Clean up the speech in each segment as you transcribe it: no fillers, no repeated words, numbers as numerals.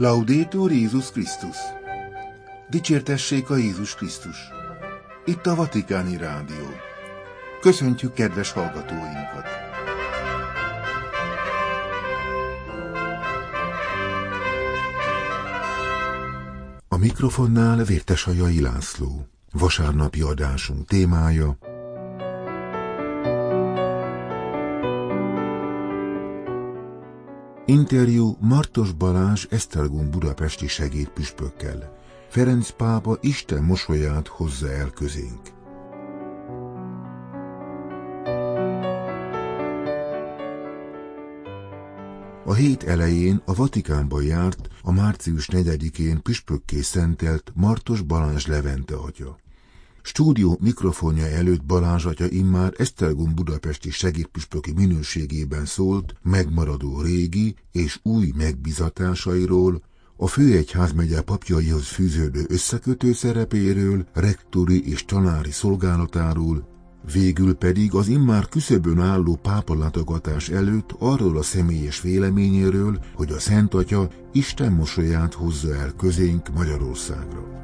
Laudetur Jézus Krisztus! Dicsértessék a Jézus Krisztus! Itt a Vatikáni Rádió. Köszöntjük kedves hallgatóinkat! A mikrofonnál Vértesajai László. Vasárnapi adásunk témája: interjú Martos Balázs esztergom budapesti segédpüspökkel. Ferenc pápa Isten mosolyát hozza el közénk. A hét elején a Vatikánba járt a március 4-én püspökké szentelt Martos Balázs Levente atya. Stúdió mikrofonja előtt Balázs atya immár esztergom budapesti segédpüspöki minőségében szólt megmaradó régi és új megbízatásairól, a főegyházmegye papjaihoz fűződő összekötő szerepéről, rektori és tanári szolgálatáról, végül pedig az immár küszöbön álló pápalátogatás előtt arról a személyes véleményéről, hogy a Szent Atya Isten mosolyát hozza el közénk Magyarországra.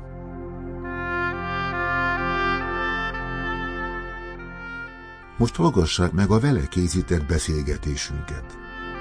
Most hallgassák meg a vele készített beszélgetésünket.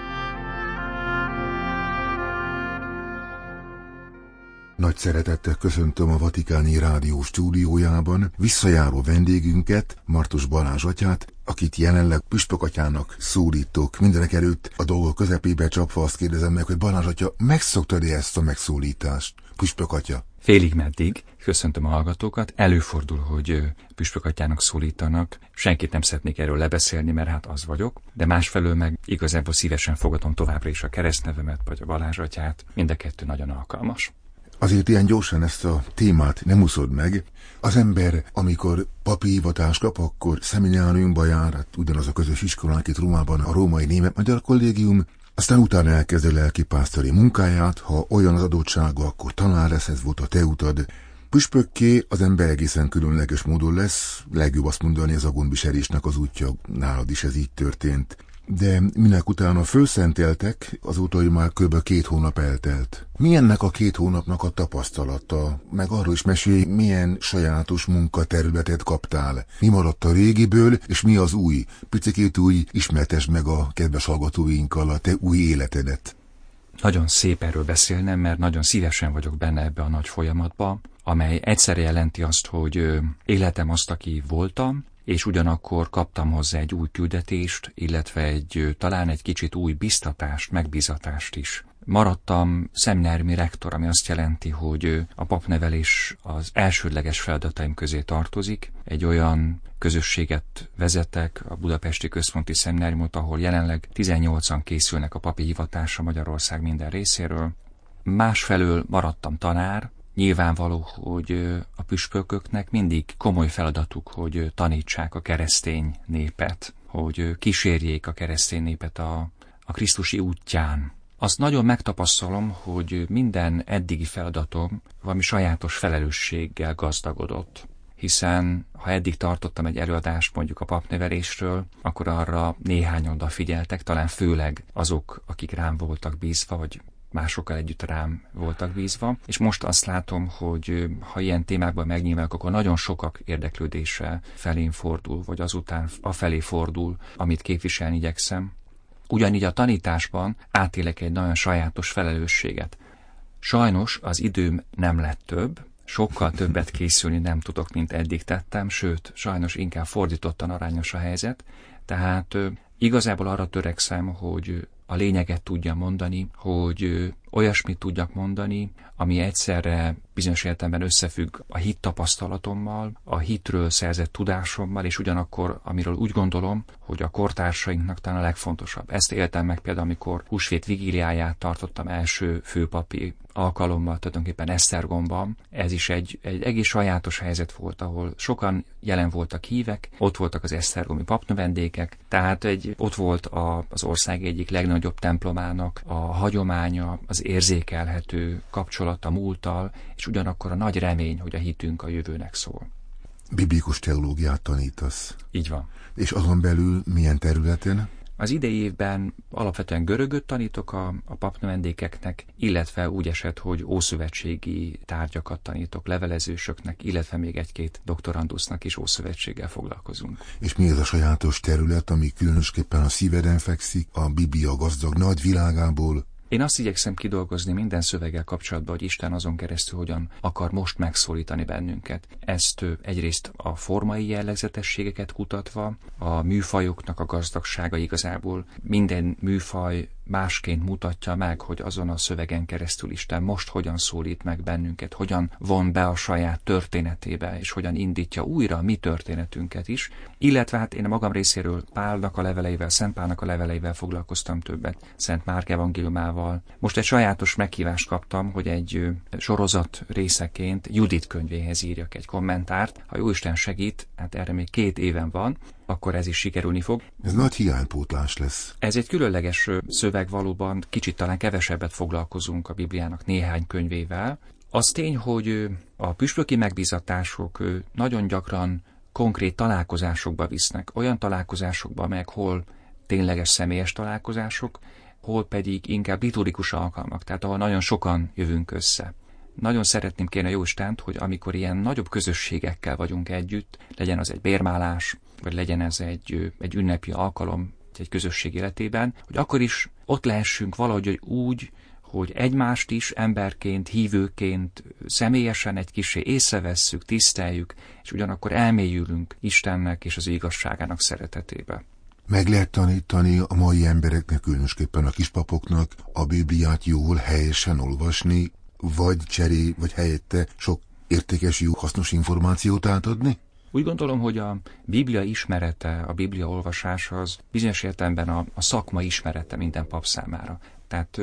Nagy szeretettel köszöntöm a Vatikáni Rádió stúdiójában visszajáró vendégünket, Martos Balázs atyát, akit jelenleg püspök atyának szólítok. Mindenek előtt a dolgok közepébe csapva azt kérdezem meg, hogy Balázs atya, megszoktad-e ezt a megszólítást, püspök atya? Félig meddig, köszöntöm a hallgatókat, előfordul, hogy püspök atyának szólítanak, senkit nem szeretnék erről lebeszélni, mert hát az vagyok, de másfelől meg igazából szívesen fogadom továbbra is a keresztnevemet, vagy a Balázs atyát, mind a kettő nagyon alkalmas. Azért ilyen gyorsan ezt a témát nem úszod meg. Az ember, amikor papi hivatást kap, akkor szemináriumba jár, hát ugyanaz a közös iskolánk itt Rómában, a Római Német-Magyar Kollégium, aztán utána elkezdi lelkipásztori munkáját, ha olyan az adottsága, akkor tanár lesz, ez volt a te utad. Püspökké az ember egészen különleges módon lesz, legjobb azt mondani, ez a gondviselésnek az útja, nálad is ez így történt. De minek utána fölszenteltek, azóta, hogy már kb. 2 hónap eltelt. Milyennek a 2 hónapnak a tapasztalata? Meg arról is mesélj, milyen sajátos munkaterületet kaptál. Mi maradt a régiből, és mi az új? Picikét új, ismertesd meg a kedves hallgatóinkkal a te új életedet. Nagyon szép erről beszélnem, mert nagyon szívesen vagyok benne ebbe a nagy folyamatba, amely egyszerre jelenti azt, hogy életem azt, aki voltam, és ugyanakkor kaptam hozzá egy új küldetést, illetve talán egy kicsit új biztatást, megbízatást is. Maradtam szemináriumi rektor, ami azt jelenti, hogy a papnevelés az elsődleges feladataim közé tartozik. Egy olyan közösséget vezetek, a Budapesti Központi Szemináriumot, ahol jelenleg 18-an készülnek a papi hivatásra Magyarország minden részéről. Másfelől maradtam tanár. Nyilvánvaló, hogy a püspököknek mindig komoly feladatuk, hogy tanítsák a keresztény népet, hogy kísérjék a keresztény népet a Krisztusi útján. Azt nagyon megtapasztalom, hogy minden eddigi feladatom valami sajátos felelősséggel gazdagodott. Hiszen ha eddig tartottam egy előadást mondjuk a papnevelésről, akkor arra néhányan odafigyeltek, talán főleg azok, akik rám voltak bízva, vagy másokkal együtt rám voltak bízva, és most azt látom, hogy ha ilyen témákban megnyilvánulok, akkor nagyon sokak érdeklődése felén fordul, vagy azután afelé fordul, amit képviselni igyekszem. Ugyanígy a tanításban átélek egy nagyon sajátos felelősséget. Sajnos az időm nem lett több, sokkal többet készülni nem tudok, mint eddig tettem, sőt, sajnos inkább fordítottan arányos a helyzet, tehát igazából arra törekszem, hogy a lényeget tudjam mondani, hogy olyasmit tudjak mondani, ami egyszerre bizonyos értelemben összefügg a hit tapasztalatommal, a hitről szerzett tudásommal, és ugyanakkor, amiről úgy gondolom, hogy a kortársainknak talán a legfontosabb. Ezt éltem meg például, amikor húsvét vigíliáját tartottam első főpapi alkalommal, tulajdonképpen Esztergomban. Ez is egy egész sajátos helyzet volt, ahol sokan jelen voltak hívek, ott voltak az esztergomi papnövendékek, tehát ott volt az ország egyik legnagyobb templomának a hagyománya, az érzékelhető kapcsolat a múlttal, és ugyanakkor a nagy remény, hogy a hitünk a jövőnek szól. Biblikus teológiát tanítasz. Így van. És azon belül milyen területen? Az idei évben alapvetően görögöt tanítok a papnövendékeknek, illetve úgy esett, hogy ószövetségi tárgyakat tanítok levelezősöknek, illetve még egy-két doktorandusznak is ószövetséggel foglalkozunk. És mi ez a sajátos terület, ami különösképpen a szíveden fekszik, a Biblia gazdag nagy világából? Én azt igyekszem kidolgozni minden szöveggel kapcsolatban, hogy Isten azon keresztül hogyan akar most megszólítani bennünket. Ezt egyrészt a formai jellegzetességeket kutatva, a műfajoknak a gazdagsága igazából minden műfaj másként mutatja meg, hogy azon a szövegen keresztül Isten most hogyan szólít meg bennünket, hogyan von be a saját történetébe, és hogyan indítja újra a mi történetünket is. Illetve hát én a magam részéről Pálnak a leveleivel, Szent Pálnak a leveleivel foglalkoztam többet, Szent Márk evangéliumával. Most egy sajátos meghívást kaptam, hogy egy sorozat részeként Judit könyvéhez írjak egy kommentárt. Ha Jóisten segít, hát erre még 2 éven van, akkor ez is sikerülni fog. Ez nagy hiánypótlás lesz. Ez egy különleges szöveg valóban, kicsit talán kevesebbet foglalkozunk a Bibliának néhány könyvével. Az tény, hogy a püspöki megbízatások nagyon gyakran konkrét találkozásokba visznek. Olyan találkozásokba, amelyek hol tényleges személyes találkozások, hol pedig inkább liturgikus alkalmak, tehát ahol nagyon sokan jövünk össze. Nagyon szeretném kérni a Jóistent, hogy amikor ilyen nagyobb közösségekkel vagyunk együtt, legyen az egy bérmálás, vagy legyen ez egy ünnepi alkalom egy közösség életében, hogy akkor is ott lehessünk valahogy úgy, hogy egymást is emberként, hívőként, személyesen egy kissé észrevesszük, tiszteljük, és ugyanakkor elmélyülünk Istennek és az igazságának szeretetébe. Meg lehet tanítani a mai embereknek, különösképpen a kispapoknak a Bibliát jól, helyesen olvasni, vagy helyette sok értékes, jó, hasznos információt átadni? Úgy gondolom, hogy a Biblia ismerete, a Biblia olvasása az bizonyos értelemben a szakma ismerete minden pap számára. Tehát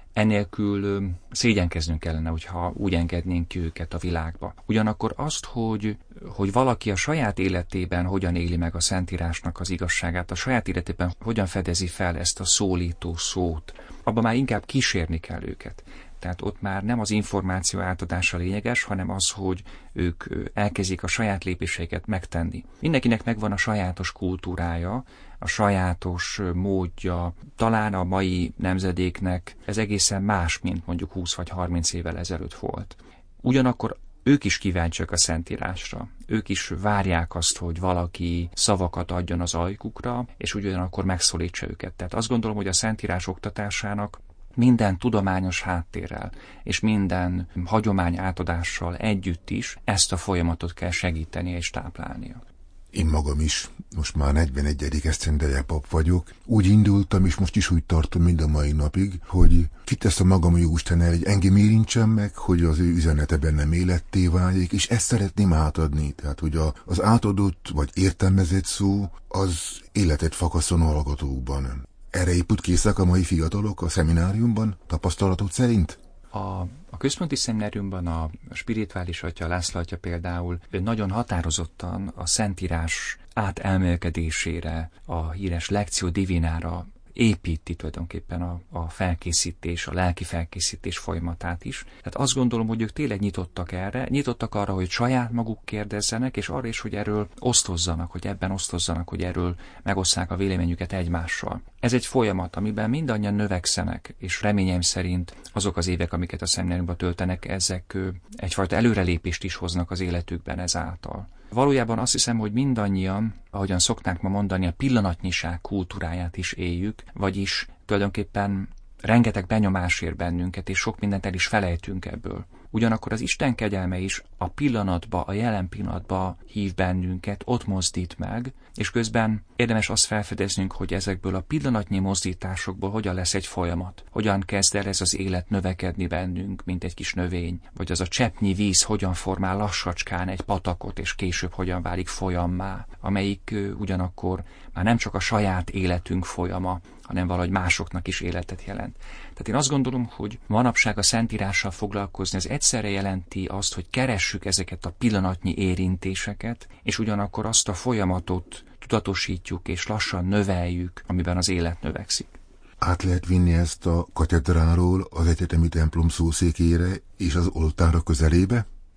ennélkül szégyenkeznünk kellene, hogyha úgy engednénk ki őket a világba. Ugyanakkor azt, hogy valaki a saját életében hogyan éli meg a Szentírásnak az igazságát, a saját életében hogyan fedezi fel ezt a szólító szót, abban már inkább kísérni kell őket. Tehát ott már nem az információ átadása lényeges, hanem az, hogy ők elkezdik a saját lépéseiket megtenni. Mindenkinek megvan a sajátos kultúrája, a sajátos módja. Talán a mai nemzedéknek ez egészen más, mint mondjuk 20 vagy 30 évvel ezelőtt volt. Ugyanakkor ők is kíváncsiak a Szentírásra. Ők is várják azt, hogy valaki szavakat adjon az ajkukra, és ugyanakkor megszólítsa őket. Tehát azt gondolom, hogy a Szentírás oktatásának minden tudományos háttérrel és minden hagyomány átadással együtt is ezt a folyamatot kell segítenie és táplálnia. Én magam is, most már 41. esztendeje pap vagyok. Úgy indultam, és most is úgy tartom mind a mai napig, hogy kiteszem magam a Jóisten el, hogy engem érintsen meg, hogy az ő üzenete bennem életté váljék, és ezt szeretném átadni. Tehát, hogy az átadott vagy értelmezett szó az életet fakaszon a hallgatókban. Erre épült készek a mai fiatalok a szemináriumban, tapasztalatot szerint? A központi szemináriumban a spirituális atya, László atya például nagyon határozottan a Szentírás átelmélkedésére, a híres Lectio Divinára építi tulajdonképpen a felkészítés, a lelki felkészítés folyamatát is. Tehát azt gondolom, hogy ők tényleg nyitottak erre, nyitottak arra, hogy saját maguk kérdezzenek, és arra is, hogy erről osztozzanak, hogy ebben osztozzanak, hogy erről megosszák a véleményüket egymással. Ez egy folyamat, amiben mindannyian növekszenek, és reményeim szerint azok az évek, amiket a szemináriumban töltenek, ezek egyfajta előrelépést is hoznak az életükben ezáltal. Valójában azt hiszem, hogy mindannyian, ahogyan szokták ma mondani, a pillanatnyiság kultúráját is éljük, vagyis tulajdonképpen rengeteg benyomás ér bennünket, és sok mindent el is felejtünk ebből. Ugyanakkor az Isten kegyelme is a pillanatba, a jelen pillanatba hív bennünket, ott mozdít meg, és közben érdemes azt felfedeznünk, hogy ezekből a pillanatnyi mozdításokból hogyan lesz egy folyamat. Hogyan kezd el ez az élet növekedni bennünk, mint egy kis növény, vagy az a cseppnyi víz hogyan formál lassacskán egy patakot, és később hogyan válik folyammá, amelyik ugyanakkor már nem csak a saját életünk folyama, hanem valahogy másoknak is életet jelent. Tehát én azt gondolom, hogy manapság a Szentírással foglalkozni, ez egyszerre jelenti azt, hogy keressük ezeket a pillanatnyi érintéseket, és ugyanakkor azt a folyamatot tudatosítjuk és lassan növeljük, amiben az élet növekszik. Át lehet vinni ezt a katedráról az egyetemi templom szószékére és az oltára közelébe?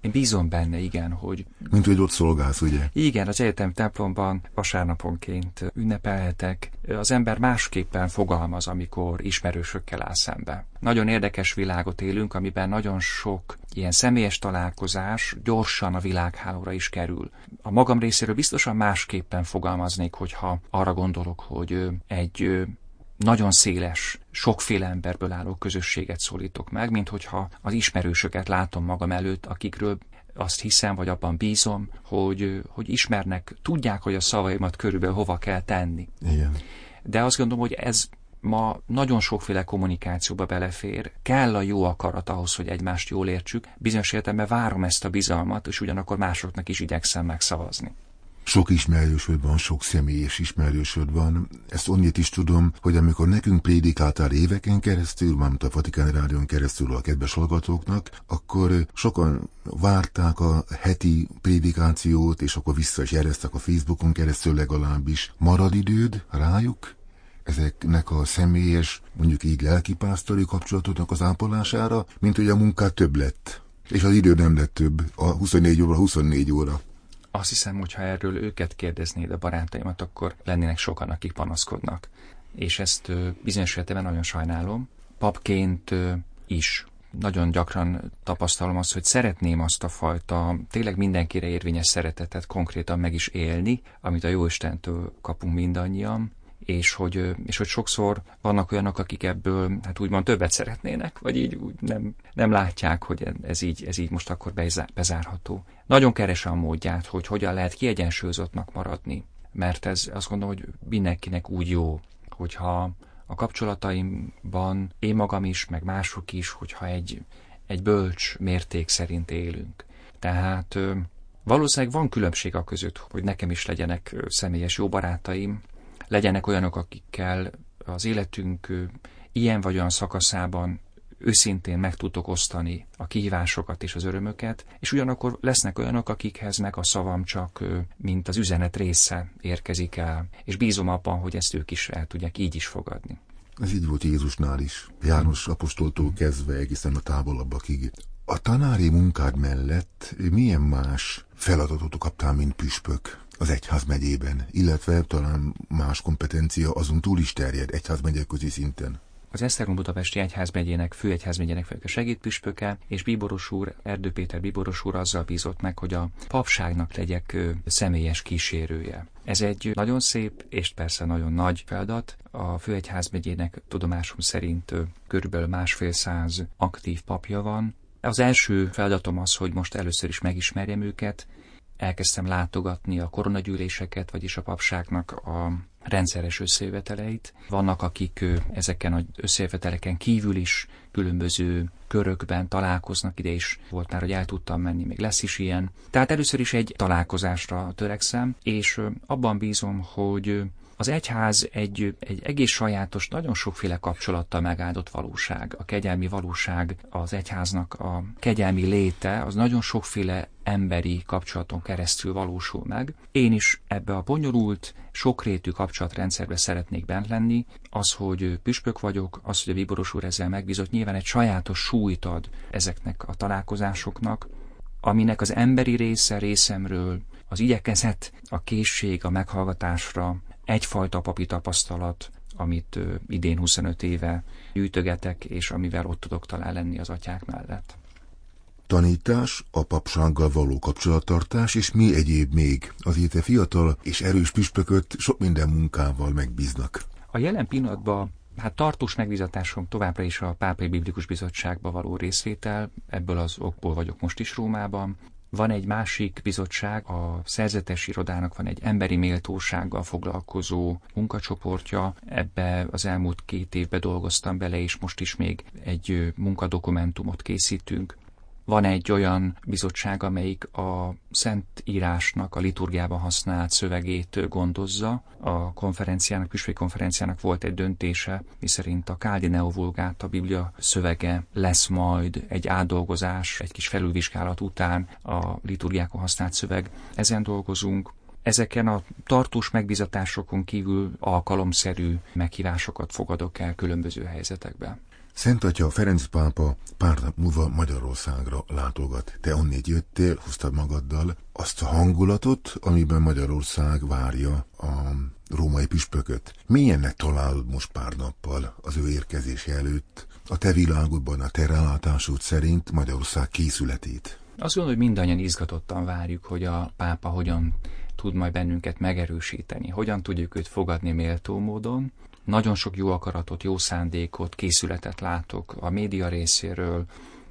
Én bízom benne, igen, hogy... Mint hogy ott szolgálsz, ugye? Igen, az egyetem templomban vasárnaponként ünnepelhetek. Az ember másképpen fogalmaz, amikor ismerősökkel áll szembe. Nagyon érdekes világot élünk, amiben nagyon sok ilyen személyes találkozás gyorsan a világhálóra is kerül. A magam részéről biztosan másképpen fogalmaznék, hogyha arra gondolok, hogy egy nagyon széles, sokféle emberből álló közösséget szólítok meg, mint hogyha az ismerősöket látom magam előtt, akikről azt hiszem, vagy abban bízom, hogy ismernek, tudják, hogy a szavaimat körülbelül hova kell tenni. Igen. De azt gondolom, hogy ez ma nagyon sokféle kommunikációba belefér, kell a jó akarat ahhoz, hogy egymást jól értsük, bizonyos értelemben várom ezt a bizalmat, és ugyanakkor másoknak is igyekszem megszavazni. Sok ismerősöd van, sok személyes ismerősöd van. Ezt onnét is tudom, hogy amikor nekünk prédikáltál éveken keresztül, mármint a Vatikán Rádión keresztül a kedves hallgatóknak, akkor sokan várták a heti prédikációt, és akkor vissza is jeleztek a Facebookon keresztül legalábbis. Marad időd rájuk? Ezeknek a személyes, mondjuk így lelkipásztori kapcsolatoknak az ápolására, mint hogy a munkád több lett. És az idő nem lett több, a 24 óra, 24 óra. Azt hiszem, hogy ha erről őket kérdeznéd, a barátaimat, akkor lennének sokan, akik panaszkodnak. És ezt bizonyos értelemben nagyon sajnálom. Papként is nagyon gyakran tapasztalom azt, hogy szeretném azt a fajta tényleg mindenkire érvényes szeretetet konkrétan meg is élni, amit a Jóistentől kapunk mindannyian, és hogy sokszor vannak olyanok, akik ebből hát úgymond többet szeretnének, vagy így úgy nem látják, hogy ez így most akkor bezárható. Nagyon keresem a módját, hogy hogyan lehet kiegyensúlyozottnak maradni, mert ez azt gondolom, hogy mindenkinek úgy jó, hogyha a kapcsolataimban én magam is, meg mások is, hogyha egy bölcs mérték szerint élünk. Tehát valószínűleg van különbség a között, hogy nekem is legyenek személyes jó barátaim, legyenek olyanok, akikkel az életünk ilyen vagy olyan szakaszában őszintén meg tudok osztani a kihívásokat és az örömöket, és ugyanakkor lesznek olyanok, akikhez meg a szavam csak mint az üzenet része érkezik el, és bízom abban, hogy ezt ők is el tudják így is fogadni. Ez így volt Jézusnál is, János apostoltól kezdve egészen a távolabbakig. A tanári munkád mellett milyen más feladatot kaptál, mint püspök az egyházmegyében, illetve talán más kompetencia azon túl is terjed egyházmegyeközi szinten? Az Esztergom-Budapesti Egyházmegyének, főegyházmegyének vagyok a segédpüspöke, és Bíboros úr, Erdő Péter bíboros úr azzal bízott meg, hogy a papságnak legyek személyes kísérője. Ez egy nagyon szép és persze nagyon nagy feladat. A főegyházmegyének tudomásom szerint körülbelül 150 aktív papja van. Az első feladatom az, hogy most először is megismerjem őket, elkezdtem látogatni a koronagyűléseket, vagyis a papságnak a rendszeres összejöveteleit. Vannak, akik ezeken az összejöveteleken kívül is különböző körökben találkoznak, ide is volt már, hogy el tudtam menni, még lesz is ilyen. Tehát először is egy találkozásra törekszem, és abban bízom, hogy az egyház egy egész sajátos, nagyon sokféle kapcsolattal megáldott valóság. A kegyelmi valóság, az egyháznak a kegyelmi léte, az nagyon sokféle emberi kapcsolaton keresztül valósul meg. Én is ebbe a bonyolult, sokrétű kapcsolatrendszerbe szeretnék bent lenni. Az, hogy püspök vagyok, az, hogy a bíboros úr ezzel megbízott, nyilván egy sajátos súlyt ad ezeknek a találkozásoknak, aminek az emberi részemről az igyekezet, a készség a meghallgatásra, egyfajta papi tapasztalat, amit idén 25 éve gyűjtögetek, és amivel ott tudok talán lenni az atyák mellett. Tanítás, a papsággal való kapcsolattartás, és mi egyéb még? Azért a fiatal és erős püspököt sok minden munkával megbíznak. A jelen pillanatban tartós megbízatásom továbbra is a Pápai Biblikus Bizottságba való részvétel, ebből az okból vagyok most is Rómában. Van egy másik bizottság, a szerzetes irodának van egy emberi méltósággal foglalkozó munkacsoportja. Ebbe az elmúlt 2 évben dolgoztam bele, és most is még egy munkadokumentumot készítünk. Van egy olyan bizottság, amelyik a Szentírásnak, a liturgiában használt szövegét gondozza. A konferenciának, püspöki konferenciának volt egy döntése, miszerint a Káldi Neovulgát, a Biblia szövege lesz majd egy átdolgozás, egy kis felülvizsgálat után a liturgiákon használt szöveg. Ezen dolgozunk. Ezeken a tartós megbízatásokon kívül alkalomszerű meghívásokat fogadok el különböző helyzetekben. Szent Atya Ferenc pápa pár nap múlva Magyarországra látogat. Te onnét jöttél, hoztad magaddal azt a hangulatot, amiben Magyarország várja a római püspököt. Milyennek találod most pár nappal az ő érkezése előtt a te világodban, a te rálátásod szerint Magyarország készületét? Azt gondolom, hogy mindannyian izgatottan várjuk, hogy a pápa hogyan tud majd bennünket megerősíteni, hogyan tudjuk őt fogadni méltó módon. Nagyon sok jó akaratot, jó szándékot, készületet látok a média részéről,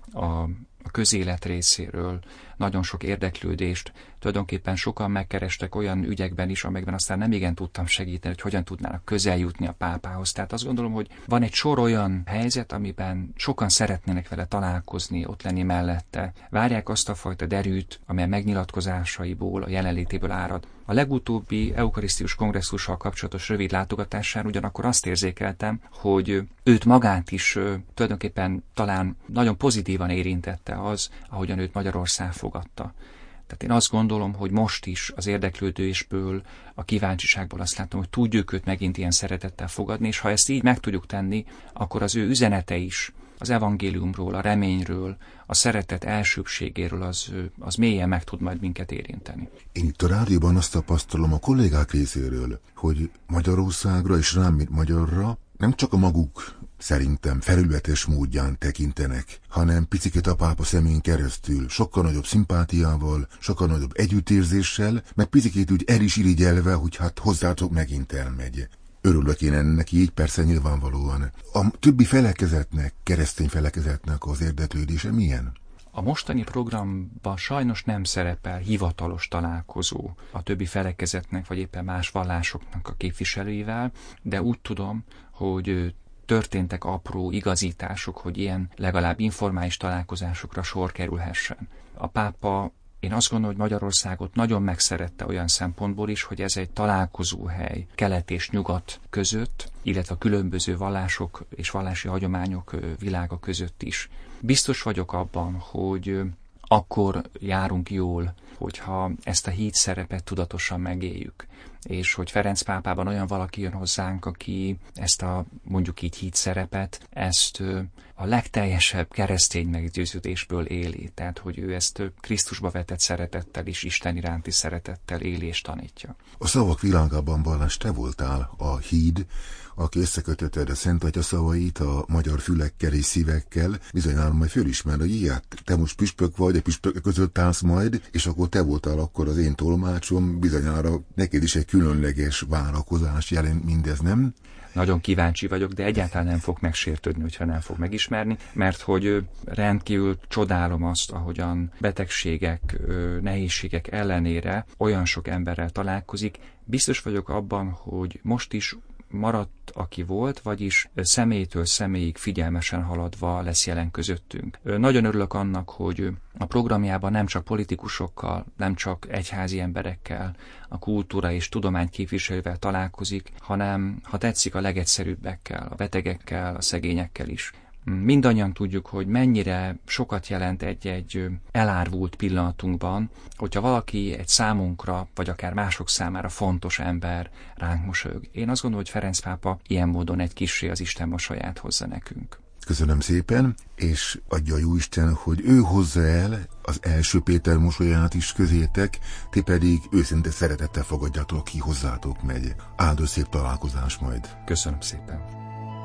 a közélet részéről, nagyon sok érdeklődést. Tulajdonképpen sokan megkerestek olyan ügyekben is, amelyekben aztán nem igen tudtam segíteni, hogy hogyan tudnának közel jutni a pápához. Tehát azt gondolom, hogy van egy sor olyan helyzet, amiben sokan szeretnének vele találkozni, ott lenni mellette. Várják azt a fajta derűt, amely megnyilatkozásaiból, a jelenlétéből árad. A legutóbbi eukarisztikus kongresszussal kapcsolatos rövid látogatásán ugyanakkor azt érzékeltem, hogy őt magát is tulajdonképpen talán nagyon pozitívan érintette az, ahogyan őt Magyarország fogadta. Tehát én azt gondolom, hogy most is az érdeklődésből, a kíváncsiságból azt látom, hogy tudjuk őt megint ilyen szeretettel fogadni, és ha ezt így meg tudjuk tenni, akkor az ő üzenete is az evangéliumról, a reményről, a szeretet elsőbségéről az mélyen meg tud majd minket érinteni. Én itt a rádióban azt tapasztalom a kollégák részéről, hogy Magyarországra és rám, mint magyarra nem csak a maguk szerintem felületes módján tekintenek, hanem picikét a pápa szemén keresztül, sokkal nagyobb szimpátiával, sokkal nagyobb együttérzéssel, meg picikét úgy el is irigyelve, hogy hát hozzátok megint elmegy. Örülök én ennek, így persze nyilvánvalóan. A többi felekezetnek, keresztény felekezetnek az érdeklődése milyen? A mostani programban sajnos nem szerepel hivatalos találkozó a többi felekezetnek, vagy éppen más vallásoknak a képviselőivel, de úgy tudom, hogy történtek apró igazítások, hogy ilyen legalább informális találkozásokra sor kerülhessen. A pápa, én azt gondolom, hogy Magyarországot nagyon megszerette olyan szempontból is, hogy ez egy találkozóhely kelet és nyugat között, illetve a különböző vallások és vallási hagyományok világa között is. Biztos vagyok abban, hogy akkor járunk jól, hogyha ezt a híd szerepet tudatosan megéljük. És hogy Ferenc pápában olyan valaki jön hozzánk, aki ezt a mondjuk így híd szerepet, ezt a legteljesebb keresztény meggyőződésből éli. Tehát, hogy ő ezt Krisztusba vetett szeretettel és Isten iránti szeretettel éli és tanítja. A szavak világában, Balázs, te voltál a híd, aki összekötötted a Szent Atya szavait a magyar fülekkel és szívekkel, bizonyára majd fölismer, hogy ilyet, te most püspök vagy, a püspökök között állsz majd, és akkor te voltál akkor az én tolmácsom, bizonyára neked is egy különleges várakozás jelent mindez, nem? Nagyon kíváncsi vagyok, de egyáltalán nem fog megsértődni, hogyha nem fog megismerni, mert hogy rendkívül csodálom azt, ahogyan betegségek, nehézségek ellenére olyan sok emberrel találkozik. Biztos vagyok abban, hogy most is maradt, aki volt, vagyis személytől személyig figyelmesen haladva lesz jelen közöttünk. Nagyon örülök annak, hogy a programjában nem csak politikusokkal, nem csak egyházi emberekkel, a kultúra és tudomány képviselővel találkozik, hanem, ha tetszik, a legegyszerűbbekkel, a betegekkel, a szegényekkel is. Mindannyian tudjuk, hogy mennyire sokat jelent egy elárvult pillanatunkban, hogyha valaki egy számunkra, vagy akár mások számára fontos ember ránk mosolyog. Én azt gondolom, hogy Ferenc pápa ilyen módon egy kissé az Isten mosolyát hozza nekünk. Köszönöm szépen, és adja a Jóisten, hogy ő hozza el az első Péter mosolyát is közétek, ti pedig őszinte szeretettel fogadjátok, ki hozzátok megy. Áldott szép találkozás majd. Köszönöm szépen.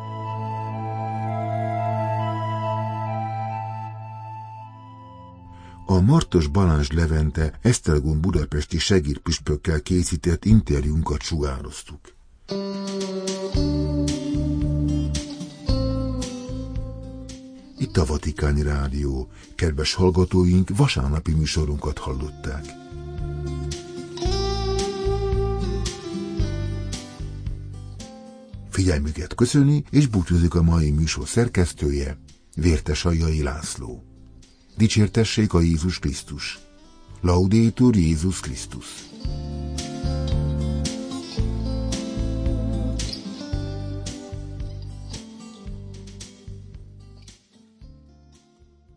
A Martos Balázs Levente Esztergom budapesti segédpüspökkel készített interjúnkat sugároztuk. Itt a Vatikáni Rádió. Kedves hallgatóink, vasárnapi műsorunkat hallották. Figyelmüket köszöni és búcsúzik a mai műsor szerkesztője, Vértesaljai László. Dicsértessék a Jézus Krisztus. Laudetur Jézus Krisztus.